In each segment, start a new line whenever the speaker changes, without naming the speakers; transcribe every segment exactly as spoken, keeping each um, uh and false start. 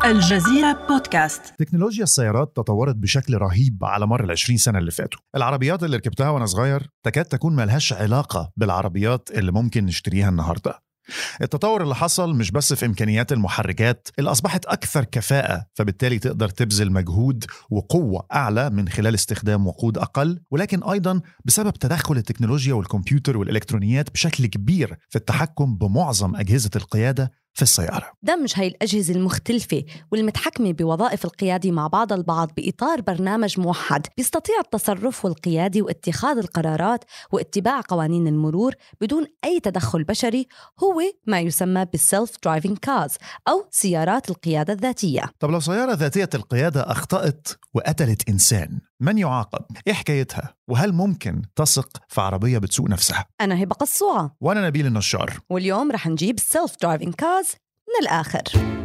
الجزيرة بودكاست.
تكنولوجيا السيارات تطورت بشكل رهيب على مر العشرين سنة اللي فاتوا. العربيات اللي ركبتها وأنا صغير تكاد تكون ملهاش علاقة بالعربيات اللي ممكن نشتريها النهاردة. التطور اللي حصل مش بس في إمكانيات المحركات اللي أصبحت أكثر كفاءة، فبالتالي تقدر تبذل مجهود وقوة أعلى من خلال استخدام وقود أقل، ولكن أيضاً بسبب تدخل التكنولوجيا والكمبيوتر والإلكترونيات بشكل كبير في التحكم بمعظم أجهزة القيادة في السيارة.
دمج هاي الأجهزة المختلفة والمتحكمة بوظائف القيادة مع بعض البعض بإطار برنامج موحد بيستطيع التصرف والقيادة واتخاذ القرارات واتباع قوانين المرور بدون أي تدخل بشري، هو ما يسمى بالسيلف درايفنج كارز أو سيارات القيادة الذاتية.
طب لو سيارة ذاتية القيادة أخطأت وقتلت إنسان، من يعاقب؟ إيه حكايتها؟ وهل ممكن تثق في عربية بتسوق نفسها؟
أنا هبة قصوعة
وأنا نبيل النشار،
واليوم رح نجيب السيلف درايفنج كارز من الآخر.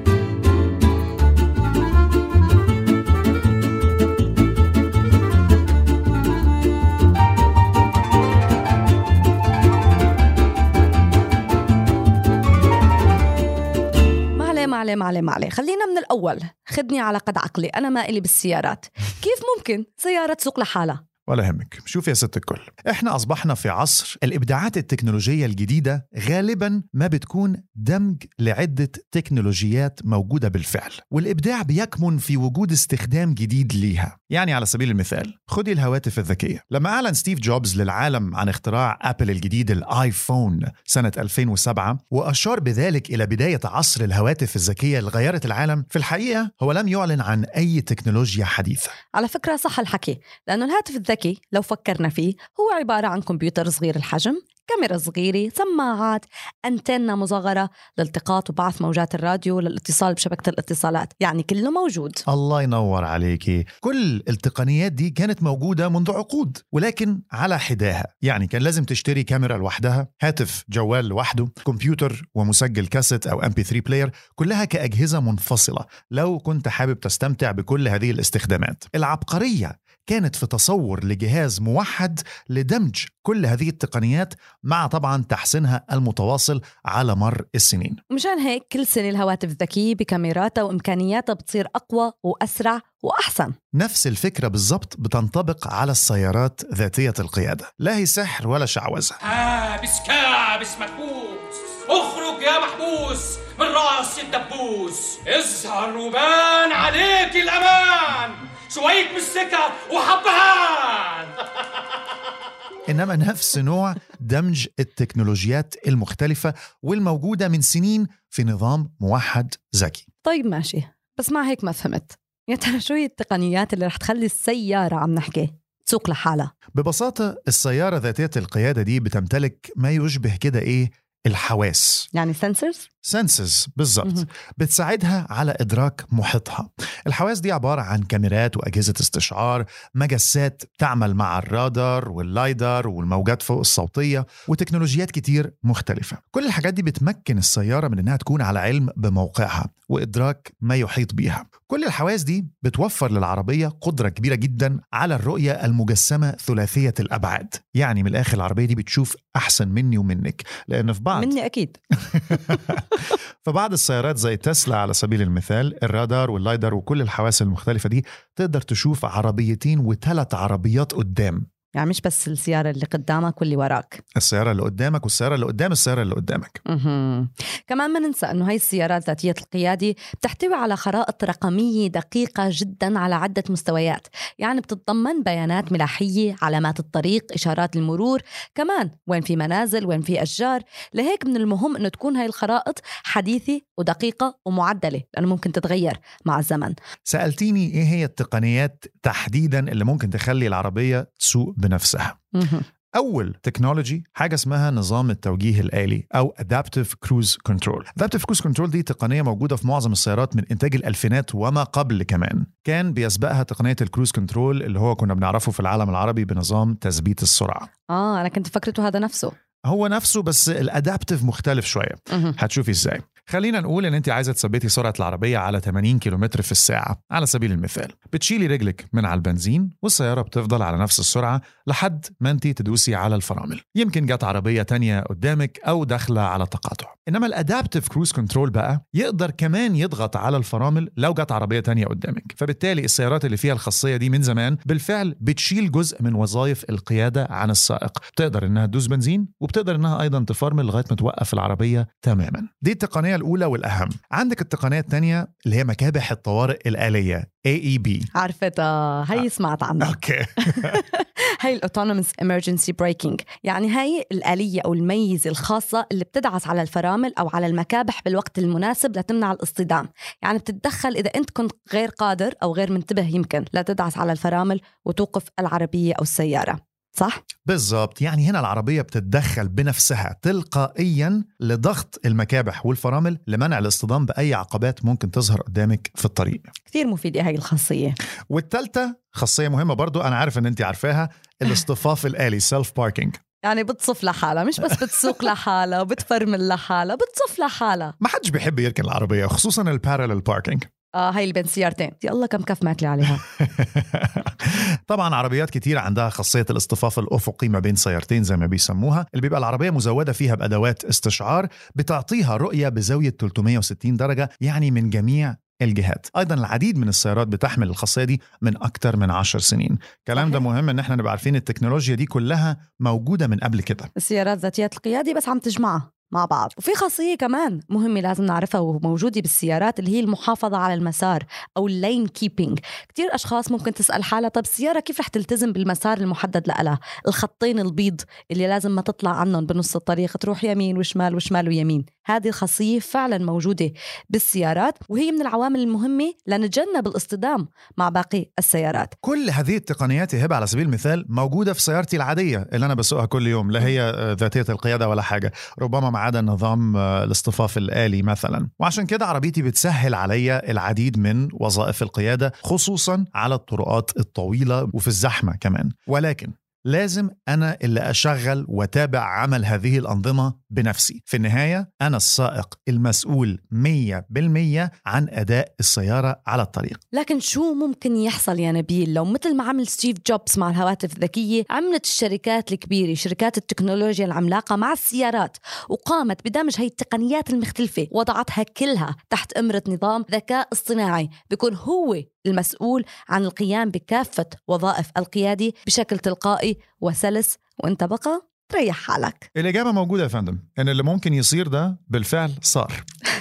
معلي معلي معلي خلينا من الأول، خدني على قد عقلي، أنا ما إلي بالسيارات. كيف ممكن سيارة تسوق لحالها؟
ولا همك. شوف يا ست الكل، احنا أصبحنا في عصر الإبداعات التكنولوجية الجديدة غالباً ما بتكون دمج لعدة تكنولوجيات موجودة بالفعل، والإبداع بيكمن في وجود استخدام جديد ليها. يعني على سبيل المثال خدي الهواتف الذكية. لما أعلن ستيف جوبز للعالم عن اختراع أبل الجديد الآيفون سنة ألفين وسبعة وأشار بذلك إلى بداية عصر الهواتف الذكية اللي غيرت العالم، في الحقيقة هو لم يعلن عن أي تكنولوجيا حديثة.
على فكرة صح الحكي، لأنه الهاتف الذكي لو فكرنا فيه هو عبارة عن كمبيوتر صغير الحجم، كاميرا صغيرة، سماعات، أنتنة مصغرة لالتقاط وبعث موجات الراديو للاتصال بشبكة الاتصالات، يعني كله موجود.
الله ينور عليكي. كل التقنيات دي كانت موجودة منذ عقود، ولكن على حداها. يعني كان لازم تشتري كاميرا لوحدها، هاتف جوال لوحده، كمبيوتر ومسجل كاسيت أو إم بي ثري بلاير، كلها كأجهزة منفصلة لو كنت حابب تستمتع بكل هذه الاستخدامات. العبقرية كانت في تصور لجهاز موحد لدمج كل هذه التقنيات مع طبعا تحسينها المتواصل على مر السنين.
مشان هيك كل سنة الهواتف الذكية بكاميراتها وإمكانياتها بتصير أقوى وأسرع وأحسن.
نفس الفكرة بالضبط بتنطبق على السيارات ذاتية القيادة. لا هي سحر ولا شعوذة.
كابس كابس مكبوس، اخرج يا محبوس من رأس الدبوس، اظهر وبان عليك الأمان، شوية مسكة وحبهان.
إنما نفس نوع دمج التكنولوجيات المختلفة والموجودة من سنين في نظام موحد ذكي.
طيب ماشي، بس مع هيك ما فهمت، يا ترى شو هي التقنيات اللي رح تخلي السيارة عم نحكي تسوق لحالها؟
ببساطة السيارة ذاتية القيادة دي بتمتلك ما يشبه كده إيه؟ الحواس،
يعني سنسرز؟
سنسز بالضبط، بتساعدها على إدراك محيطها. الحواس دي عبارة عن كاميرات وأجهزة استشعار، مجسات تعمل مع الرادار واللايدار والموجات فوق الصوتية وتكنولوجيات كتير مختلفة. كل الحاجات دي بتمكن السيارة من أنها تكون على علم بموقعها وإدراك ما يحيط بيها. كل الحواس دي بتوفر للعربية قدرة كبيرة جدا على الرؤية المجسمة ثلاثية الأبعاد. يعني من الآخر العربية دي بتشوف أحسن مني ومنك، لأن في بعض
مني أكيد
فبعض السيارات زي تسلا على سبيل المثال، الرادار واللايدر وكل الحواس المختلفة دي تقدر تشوف عربيتين وثلاث عربيات قدام.
يعني مش بس السيارة اللي قدامك واللي وراك،
السيارة اللي قدامك والسيارة اللي قدام السيارة اللي قدامك.
مه. كمان ما ننسى أنه هاي السيارات ذاتية القيادة بتحتوي على خرائط رقمية دقيقة جدا على عدة مستويات، يعني بتتضمن بيانات ملاحية، علامات الطريق، إشارات المرور، كمان وين في منازل وين في أشجار. لهيك من المهم أنه تكون هاي الخرائط حديثة ودقيقة ومعدلة، لأنه ممكن تتغير مع الزمن.
سألتيني إيه هي التقنيات تحديدا اللي ممكن تخلي العربية تسوق بنفسها؟ أول تكنولوجي حاجة اسمها نظام التوجيه الآلي أو Adaptive Cruise Control. Adaptive Cruise Control دي تقنية موجودة في معظم السيارات من إنتاج الألفينات وما قبل. كمان كان بيسبقها تقنية الكروز كنترول اللي هو كنا بنعرفه في العالم العربي بنظام تثبيت السرعة.
آه أنا كنت فكرته هذا نفسه.
هو نفسه بس الأدابتيف مختلف شوية. هتشوفي إزاي. خلينا نقول إن أنت عايزة تثبتي سرعة العربية على ثمانين كيلومتر في الساعة على سبيل المثال. بتشيلي رجلك من على البنزين والسيارة بتفضل على نفس السرعة لحد ما أنت تدوسي على الفرامل. يمكن جت عربية تانية قدامك أو داخلة على تقاطع. إنما الأدابتيف كروز كنترول بقى يقدر كمان يضغط على الفرامل لو جت عربية تانية قدامك. فبالتالي السيارات اللي فيها الخاصية دي من زمان بالفعل بتشيل جزء من وظائف القيادة عن السائق. بتقدر إنها تدوس بنزين وبتقدر إنها أيضا تفرمل لغاية ما توقف العربية تماما. دي التقنية الأولى والأهم. عندك التقنية الثانية اللي هي مكابح الطوارئ الآلية إيه إي بي.
عرفتها هي سمعت عنها.
أوكي.
هي الأوتونوموس إمرجنسي بريكنج، يعني هي الآلية أو الميزة الخاصة اللي بتدعس على الفرامل أو على المكابح بالوقت المناسب لتمنع الاصطدام. يعني بتتدخل إذا أنت كنت غير قادر أو غير منتبه يمكن لا تدعس على الفرامل وتوقف العربية أو السيارة. صح؟
بالضبط. يعني هنا العربية بتتدخل بنفسها تلقائيا لضغط المكابح والفرامل لمنع الاصطدام بأي عقبات ممكن تظهر قدامك في الطريق.
كثير مفيدة هاي الخاصية.
والثالثة خاصية مهمة برضو أنا عارف أن أنت عارفاها، الاصطفاف الآلي سيلف باركينج.
يعني بتصف لحالها، مش بس بتسوق لحالها وبتفرمل لحالها، بتصف لحالها.
ما حدش بيحب يركن العربية خصوصا البارالل باركينج.
آه هاي اللي بين سيارتين. يا الله كم كف ماكلي عليها.
طبعا عربيات كتير عندها خاصية الاصطفاف الأفقي ما بين سيارتين زي ما بيسموها، اللي بيبقى العربية مزودة فيها بأدوات استشعار بتعطيها رؤية بزاوية ثلاثمية وستين درجة، يعني من جميع الجهات. أيضا العديد من السيارات بتحمل الخاصية دي من أكتر من عشر سنين. كلام ده مهم إن احنا نبقى عارفين التكنولوجيا دي كلها موجودة من قبل كده.
السيارات ذاتية القيادة بس عم تجمعها مع بعض. وفي خاصية كمان مهمة لازم نعرفها وموجودة بالسيارات اللي هي المحافظة على المسار أو اللين كيبينج. كتير أشخاص ممكن تسأل حالها طب السيارة كيف رح تلتزم بالمسار المحدد لها؟ الخطين البيض اللي لازم ما تطلع عنهم بنص الطريق، تروح يمين وشمال وشمال ويمين. هذه الخاصية فعلا موجودة بالسيارات وهي من العوامل المهمة لنتجنب الاصطدام مع باقي السيارات.
كل هذه التقنيات هبة على سبيل المثال موجودة في سيارتي العادية اللي أنا بسوقها كل يوم، لا هي ذاتية القيادة ولا حاجة، ربما ما عدا نظام الاصطفاف الآلي مثلا. وعشان كده عربيتي بتسهل عليا العديد من وظائف القيادة خصوصا على الطرقات الطويلة وفي الزحمة كمان. ولكن لازم أنا اللي أشغل وتابع عمل هذه الأنظمة بنفسي. في النهاية أنا السائق المسؤول مية بالمية عن أداء السيارة على الطريق.
لكن شو ممكن يحصل يا نبيل لو مثل ما عمل ستيف جوبز مع الهواتف الذكية عملت الشركات الكبيرة شركات التكنولوجيا العملاقة مع السيارات وقامت بدمج هاي التقنيات المختلفة وضعتها كلها تحت أمرة نظام ذكاء اصطناعي بيكون هو المسؤول عن القيام بكافة وظائف القيادة بشكل تلقائي وسلس، وانت بقى تريح حالك؟
الإجابة موجودة يا فندم، إن اللي ممكن يصير ده بالفعل صار.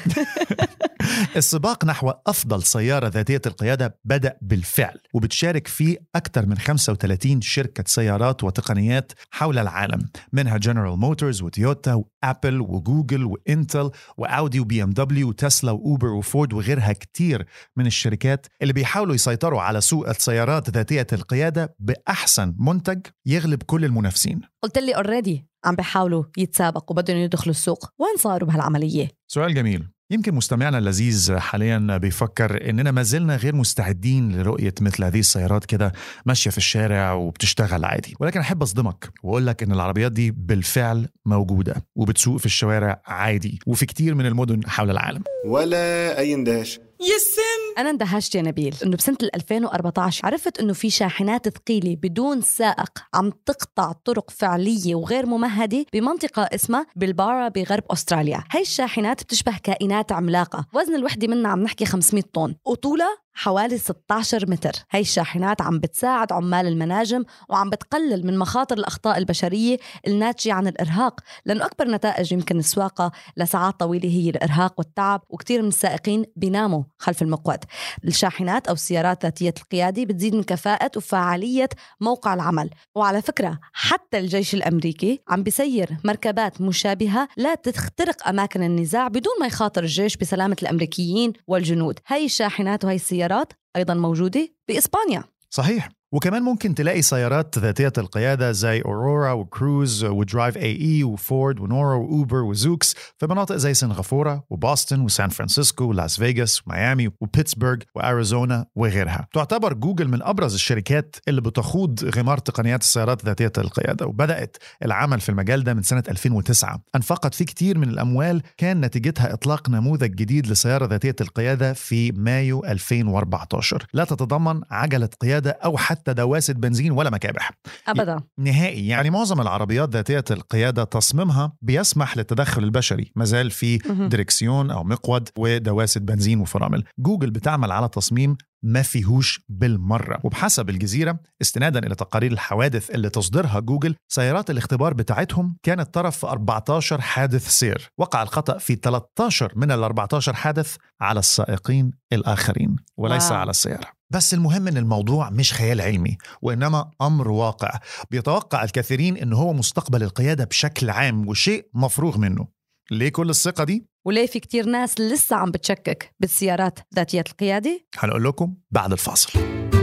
السباق نحو أفضل سيارة ذاتية القيادة بدأ بالفعل، وبتشارك فيه أكثر من خمسة وثلاثين شركة سيارات وتقنيات حول العالم، منها جنرال موتورز وتويوتا وأبل وجوجل وإنتل وأودي وبي ام دبليو وتسلا وأوبر وفورد وغيرها كتير من الشركات اللي بيحاولوا يسيطروا على سوق السيارات ذاتية القيادة بأحسن منتج يغلب كل المنافسين.
قلت لي اوريدي عم بيحاولوا يتسابقوا وبدهم يدخلوا السوق، وين صاروا بهالعملية؟
سؤال جميل. يمكن مستمعنا اللذيذ حاليا بيفكر إننا ما زلنا غير مستعدين لرؤية مثل هذه السيارات كده ماشية في الشارع وبتشتغل عادي، ولكن أحب أصدمك وأقول لك إن العربيات دي بالفعل موجودة وبتسوق في الشوارع عادي وفي كتير من المدن حول العالم.
ولا أي اندهاش.
يسم أنا اندهشت يا نبيل إنه بسنة ألفين وأربعة عشر عرفت إنه في شاحنات ثقيلة بدون سائق عم تقطع طرق فعلية وغير ممهدة بمنطقة اسمها بلبارا بغرب أستراليا. هاي الشاحنات بتشبه كائنات عملاقة، وزن الوحدة منها عم نحكي خمسمية طن وطولها حوالي ستة عشر متر. هاي الشاحنات عم بتساعد عمال المناجم وعم بتقلل من مخاطر الأخطاء البشرية الناتجة عن الإرهاق، لأنه أكبر نتائج يمكن السواقة لساعات طويلة هي الإرهاق والتعب، وكتير من السائقين بيناموا خلف المقود. الشاحنات أو السيارات ذاتية القيادة بتزيد من كفاءة وفعالية موقع العمل. وعلى فكرة حتى الجيش الأمريكي عم بيسير مركبات مشابهة لا تخترق أماكن النزاع بدون ما يخاطر الجيش بسلامة الأمريكيين والجنود. هاي الشاحنات وهي السيارات أيضا موجودة بإسبانيا.
صحيح، وكمان ممكن تلاقي سيارات ذاتية القيادة زي أورورا وكروز ودرايف اي اي وفورد ونورا وأوبر وزوكس في مناطق زي سنغافورة وبوسطن وسان فرانسيسكو ولاس فيغاس وميامي وبيتسبرغ وأريزونا وغيرها. تعتبر جوجل من أبرز الشركات اللي بتخوض غمار تقنيات السيارات ذاتية القيادة، وبدأت العمل في المجال ده من سنة ألفين وتسعة. أنفقت فيه كتير من الأموال، كان نتيجتها إطلاق نموذج جديد لسيارة ذاتية القيادة في مايو ألفين وأربعة عشر لا تتضمن عجلة قيادة أو حتى دواسة بنزين ولا مكابح
أبدا
نهائي. يعني معظم العربيات ذاتية القيادة تصميمها بيسمح للتدخل البشري، مازال في دريكسيون أو مقود ودواسة بنزين وفرامل. جوجل بتعمل على تصميم ما فيهوش بالمرة. وبحسب الجزيرة استنادا إلى تقارير الحوادث اللي تصدرها جوجل، سيارات الاختبار بتاعتهم كانت طرف في أربعة عشر حادث سير، وقع الخطأ في ثلاثة عشر من ال أربعة عشر حادث على السائقين الآخرين وليس واو. على السيارة. بس المهم إن الموضوع مش خيال علمي وإنما أمر واقع. بيتوقع الكثيرين إنه هو مستقبل القيادة بشكل عام وشيء مفروغ منه. ليه كل الثقة دي؟
وليه في كتير ناس لسه عم بتشكك بالسيارات ذاتية القيادة؟
هنقول لكم بعد الفاصل.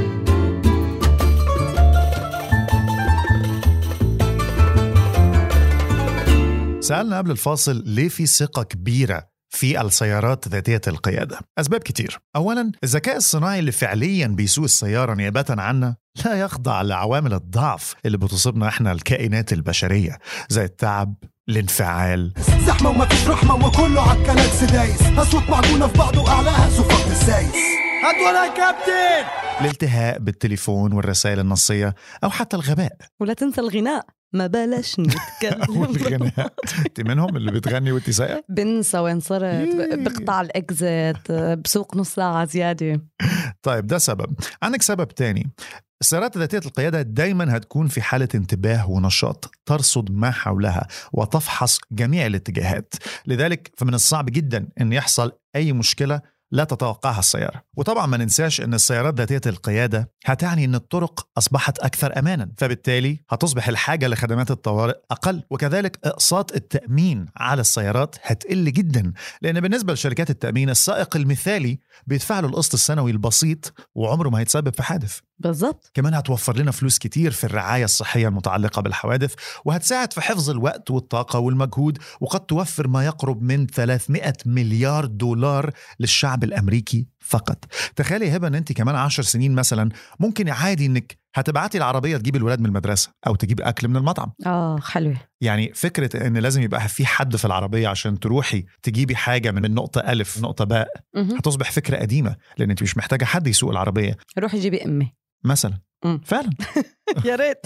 سألنا قبل الفاصل ليه في ثقة كبيرة في السيارات ذاتية القيادة. أسباب كتير. أولاً الذكاء الصناعي اللي فعلياً بيسوق السيارة نيابة عنا لا يخضع لعوامل الضعف اللي بتصيبنا إحنا الكائنات البشرية، زي التعب، الانفعال،
زحمة وما فيش رحمة وكله عالكلام سدايس، أصوات معجونة في بعض وأعلاها سفاق السايس. هات ولا يا كابتن.
الالتهاء بالتليفون والرسائل النصية أو حتى الغباء.
ولا تنسى الغناء، ما بلاش نتكلم.
والغناء انت منهم اللي بتغني وانت سايقة؟
بنسى وين صرت، بقطع الإكزيت، بسوق نص ساعة زيادة.
طيب ده سبب. عندك سبب تاني. السيارات ذاتية القيادة دايما هتكون في حالة انتباه ونشاط، ترصد ما حولها وتفحص جميع الاتجاهات. لذلك فمن الصعب جدا أن يحصل أي مشكلة لا تتوقعها السيارة. وطبعا ما ننساش أن السيارات ذاتية القيادة هتعني أن الطرق أصبحت أكثر أمانا، فبالتالي هتصبح الحاجة لخدمات الطوارئ أقل، وكذلك إقساط التأمين على السيارات هتقل جدا، لأن بالنسبة لشركات التأمين السائق المثالي بيدفع له القسط السنوي البسيط وعمره ما هيتسبب في حادث.
بالضبط.
كمان هتوفر لنا فلوس كتير في الرعاية الصحية المتعلقة بالحوادث، وهتساعد في حفظ الوقت والطاقة والمجهود، وقد توفر ما يقرب من ثلاثمائة مليار دولار للشعب الأمريكي فقط. تخيلي هبة أن أنت كمان عشر سنين مثلا ممكن عادي أنك هتبعتي العربية تجيب الولاد من المدرسة أو تجيب أكل من المطعم.
آه حلوة. يعني
فكرة أن لازم يبقى في حد في العربية عشان تروحي تجيبي حاجة من النقطة ألف نقطة باء هتصبح فكرة قديمة، لأن أنت مش محتاجة حد يسوق العربية.
روحي جيبي أمي
مثلا. مم. فعلا.
يا ريت.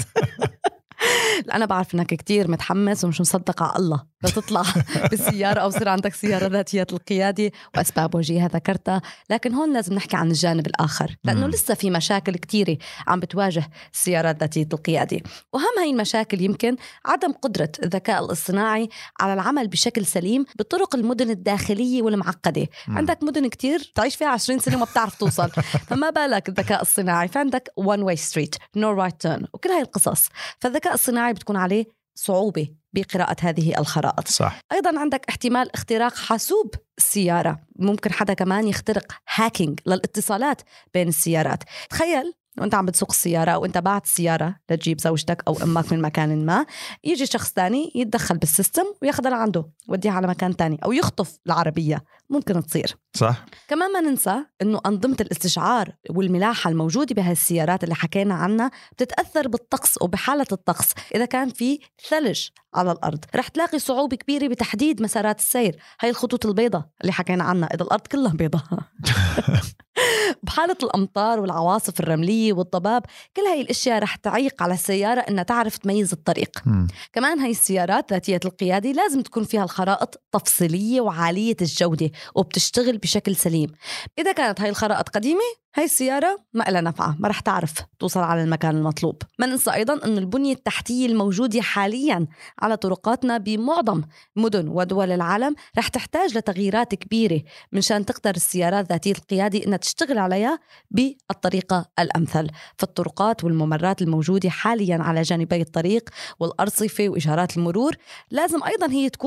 أنا بعرف إنك كتير متحمس ومش مصدق على الله لتطلع بالسيارة أو صير عندك سيارة ذاتية القيادة، وأسباب وجيهة ذكرتها، لكن هون لازم نحكي عن الجانب الآخر، لأنه مم. لسه في مشاكل كتيرة عم بتواجه السيارات ذاتية القيادة. وأهم هاي المشاكل يمكن عدم قدرة الذكاء الاصطناعي على العمل بشكل سليم بطرق المدن الداخلية والمعقدة. مم. عندك مدن كتير تعيش فيها عشرين سنة وما بتعرف توصل، فما بالك الذكاء الصناعي. فعندك one way street no right turn وكل هاي القصص، فالذكاء الصناعي بتكون عليه صعوبة بقراءة هذه الخرائط.
صح.
أيضا عندك احتمال اختراق حاسوب السيارة، ممكن حدا كمان يخترق هاكينج للاتصالات بين السيارات. تخيل وانت عم بتسوق السيارة أو انت بعت السيارة لتجيب زوجتك أو أمك من مكان ما، يجي شخص تاني يتدخل بالسيستم وياخدها لعنده وديها على مكان تاني، أو يخطف العربية، ممكن تصير.
صح.
كمان ما ننسى أنه أنظمة الاستشعار والملاحة الموجودة بهاي السيارات اللي حكينا عنها بتتأثر بالطقس، وبحالة الطقس إذا كان في ثلج على الأرض رح تلاقي صعوبة كبيرة بتحديد مسارات السير. هاي الخطوط البيضاء اللي حكينا عنها إذا الأرض كلها بيضاء. بحالة الأمطار والعواصف الرملية والضباب، كل هاي الأشياء رح تعيق على السيارة إنها تعرف تميز الطريق. م. كمان هاي السيارات ذاتية القيادة لازم تكون فيها الخرائط تفصيلية وعالية الجودة وبتشتغل بشكل سليم. إذا كانت هاي الخرائط قديمة، هاي السيارة ما إلها نفعة، ما رح تعرف توصل على المكان المطلوب. ما ننسى أيضاً أن البنية التحتية الموجودة حالياً على طرقاتنا بمعظم مدن ودول العالم رح تحتاج لتغييرات كبيرة منشان تقدر السيارات ذاتية القيادة إنها تشتغل عليها بالطريقة الأمثل. فالطرقات والممرات الموجودة حالياً على جانبي الطريق والأرصفة وإشارات المرور لازم أيضاً هي تكون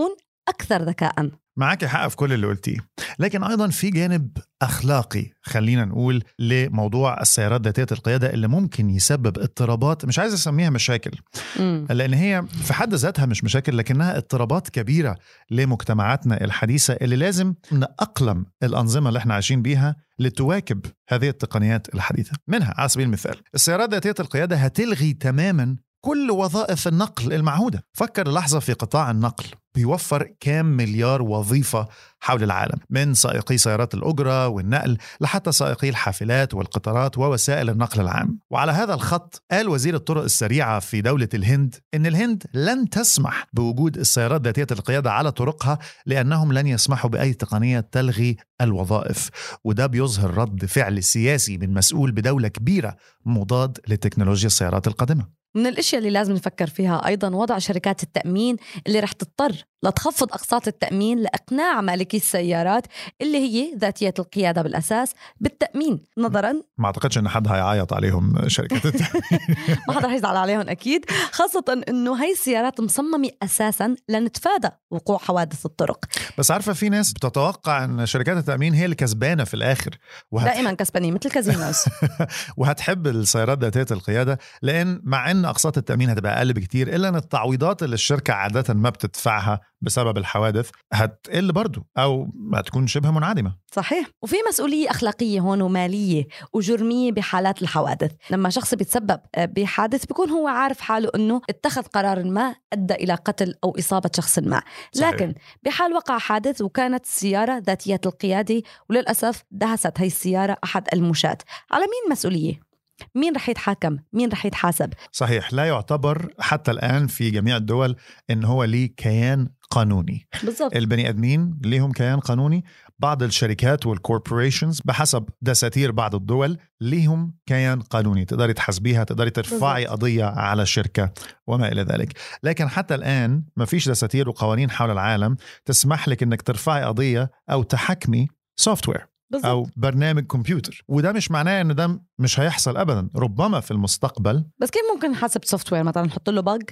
أكثر ذكاءً.
معك حق في كل اللي قلتيه، لكن أيضا في جانب أخلاقي خلينا نقول لموضوع السيارات ذاتية القيادة اللي ممكن يسبب اضطرابات، مش عايز أسميها مشاكل م. لأن هي في حد ذاتها مش مشاكل، لكنها اضطرابات كبيرة لمجتمعاتنا الحديثة اللي لازم نأقلم الأنظمة اللي احنا عايشين بيها لتواكب هذه التقنيات الحديثة. منها على سبيل المثال السيارات ذاتية القيادة هتلغي تماما كل وظائف النقل المعهودة. فكر لحظة في قطاع النقل، بيوفر كام مليار وظيفة حول العالم، من سائقي سيارات الأجرة والنقل لحتى سائقي الحافلات والقطارات ووسائل النقل العام. وعلى هذا الخط قال وزير الطرق السريعة في دولة الهند إن الهند لن تسمح بوجود السيارات ذاتية القيادة على طرقها لأنهم لن يسمحوا بأي تقنية تلغي الوظائف. وده بيظهر رد فعل سياسي من مسؤول بدولة كبيرة مضاد لتكنولوجيا السيارات القادمة.
من الاشياء اللي لازم نفكر فيها ايضا وضع شركات التأمين اللي رح تضطر لتخفض اقساط التأمين لاقناع مالكي السيارات اللي هي ذاتية القيادة بالاساس بالتأمين، نظرا
ما اعتقدش ان حد هيعيط عليهم شركات التأمين
ما حدا هيزعل عليهم اكيد، خاصة انه هاي السيارات مصممة اساسا لنتفادى وقوع حوادث الطرق.
بس عارفة في ناس بتتوقع ان شركات التأمين هي اللي كسبانة في الاخر،
وهت... دائما كسبانين مثل كازينوز
وهتحب السيارات ذاتية القيادة، لان مع ان أقساط التأمين هتبقى أقل بكتير إلا أن التعويضات اللي الشركة عادة ما بتدفعها بسبب الحوادث هتقل برضو أو هتكون شبه منعدمة.
صحيح. وفي مسؤولية أخلاقية هون ومالية وجرمية بحالات الحوادث. لما شخص بيتسبب بحادث بيكون هو عارف حاله أنه اتخذ قرار ما أدى إلى قتل أو إصابة شخص ما. صحيح. لكن بحال وقع حادث وكانت السيارة ذاتية القيادة وللأسف دهست هاي السيارة أحد المشاة، على مين مسؤولية؟ مين رح يتحاكم؟ مين رح يتحاسب؟
صحيح. لا يعتبر حتى الآن في جميع الدول إن هو ليه كيان قانوني.
بالضبط.
البني أدمين ليهم كيان قانوني، بعض الشركات والكوربوريشنز بحسب دساتير بعض الدول ليهم كيان قانوني تقدري تحاسبيها، تقدري ترفعي بالضبط. قضية على شركة وما إلى ذلك. لكن حتى الآن ما فيش دساتير وقوانين حول العالم تسمح لك إنك ترفعي قضية أو تحكمي سوفتوير بالزبط. أو برنامج كمبيوتر. وده مش معناه إنه ده مش هيحصل أبدا، ربما في المستقبل.
بس كيف ممكن نحاسب سوفتوير مثلا نحط له باج؟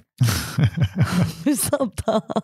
بالضبط.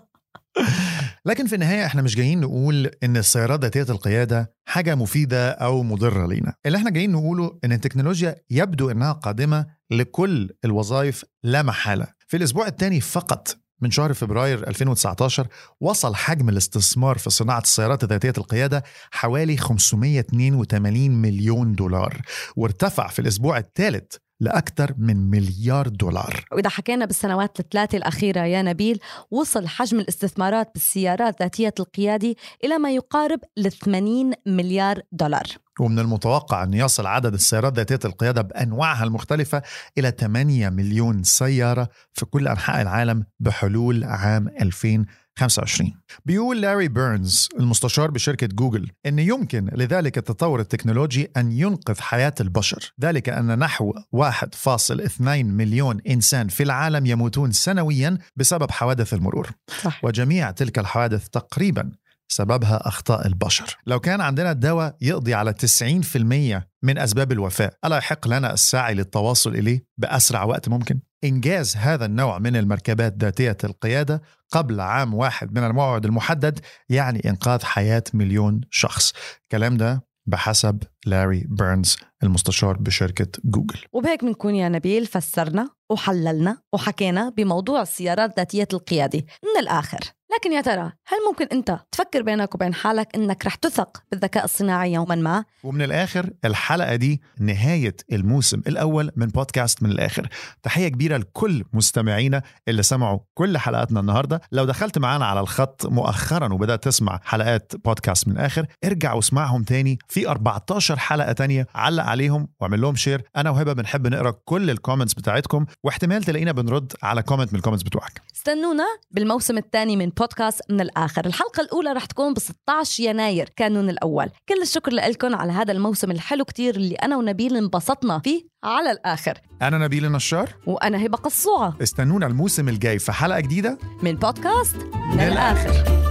لكن في النهاية احنا مش جايين نقول ان السيارات ذاتية القيادة حاجة مفيدة او مضرة لينا. اللي احنا جايين نقوله ان التكنولوجيا يبدو انها قادمة لكل الوظائف لا محالة. في الاسبوع الثاني فقط من شهر فبراير ألفين وتسعة عشر وصل حجم الاستثمار في صناعة السيارات ذاتية القيادة حوالي خمسمية واثنين وثمانين مليون دولار، وارتفع في الأسبوع الثالث لأكثر من مليار دولار.
وإذا حكينا بالسنوات الثلاثة الأخيرة يا نبيل، وصل حجم الاستثمارات بالسيارات ذاتية القيادة إلى ما يقارب لثمانين مليار دولار.
ومن المتوقع أن يصل عدد السيارات ذاتية القيادة بأنواعها المختلفة إلى ثمانية مليون سيارة في كل أنحاء العالم بحلول عام ألفين وخمسة وعشرين. بيقول لاري بيرنز المستشار بشركة جوجل أن يمكن لذلك التطور التكنولوجي أن ينقذ حياة البشر، ذلك أن نحو واحد فاصلة اثنين مليون إنسان في العالم يموتون سنويا بسبب حوادث المرور. صح. وجميع تلك الحوادث تقريبا سببها أخطاء البشر. لو كان عندنا دواء يقضي على تسعين بالمئة من أسباب الوفاة، ألا يحق لنا السعي للتواصل إليه بأسرع وقت ممكن؟ إنجاز هذا النوع من المركبات ذاتية القيادة قبل عام واحد من الموعد المحدد يعني إنقاذ حياة مليون شخص. الكلام ده بحسب لاري بيرنز المستشار بشركة جوجل.
وبهيك بنكون يا نبيل فسرنا وحللنا وحكينا بموضوع السيارات ذاتية القيادة من الآخر. لكن يا ترى هل ممكن أنت تفكر بينك وبين حالك أنك رح تثق بالذكاء الصناعي يوما ما؟
ومن الآخر الحلقة دي نهاية الموسم الأول من بودكاست من الآخر. تحية كبيرة لكل مستمعينا اللي سمعوا كل حلقاتنا النهاردة. لو دخلت معنا على الخط مؤخرا وبدأت تسمع حلقات بودكاست من الآخر، ارجع واسمعهم تاني. في أربعة عشر حلقة تانية، علق عليهم واعمل لهم شير. أنا وهبة بنحب نقرأ كل الكومنتس بتاعتكم، واحتمال تلاقينا بنرد على كومنت من الكومنتس بتوعك.
استنونا بالموسم الثاني من بودكاست من الآخر. الحلقة الأولى رح تكون ب ستة عشر يناير كانون الأول. كل الشكر لكم على هذا الموسم الحلو كتير اللي أنا ونبيل انبسطنا فيه على الآخر.
أنا نبيل النشار
وأنا هبة قصوعة.
استنونا الموسم الجاي في حلقة جديدة
من بودكاست من, من الآخر, الآخر.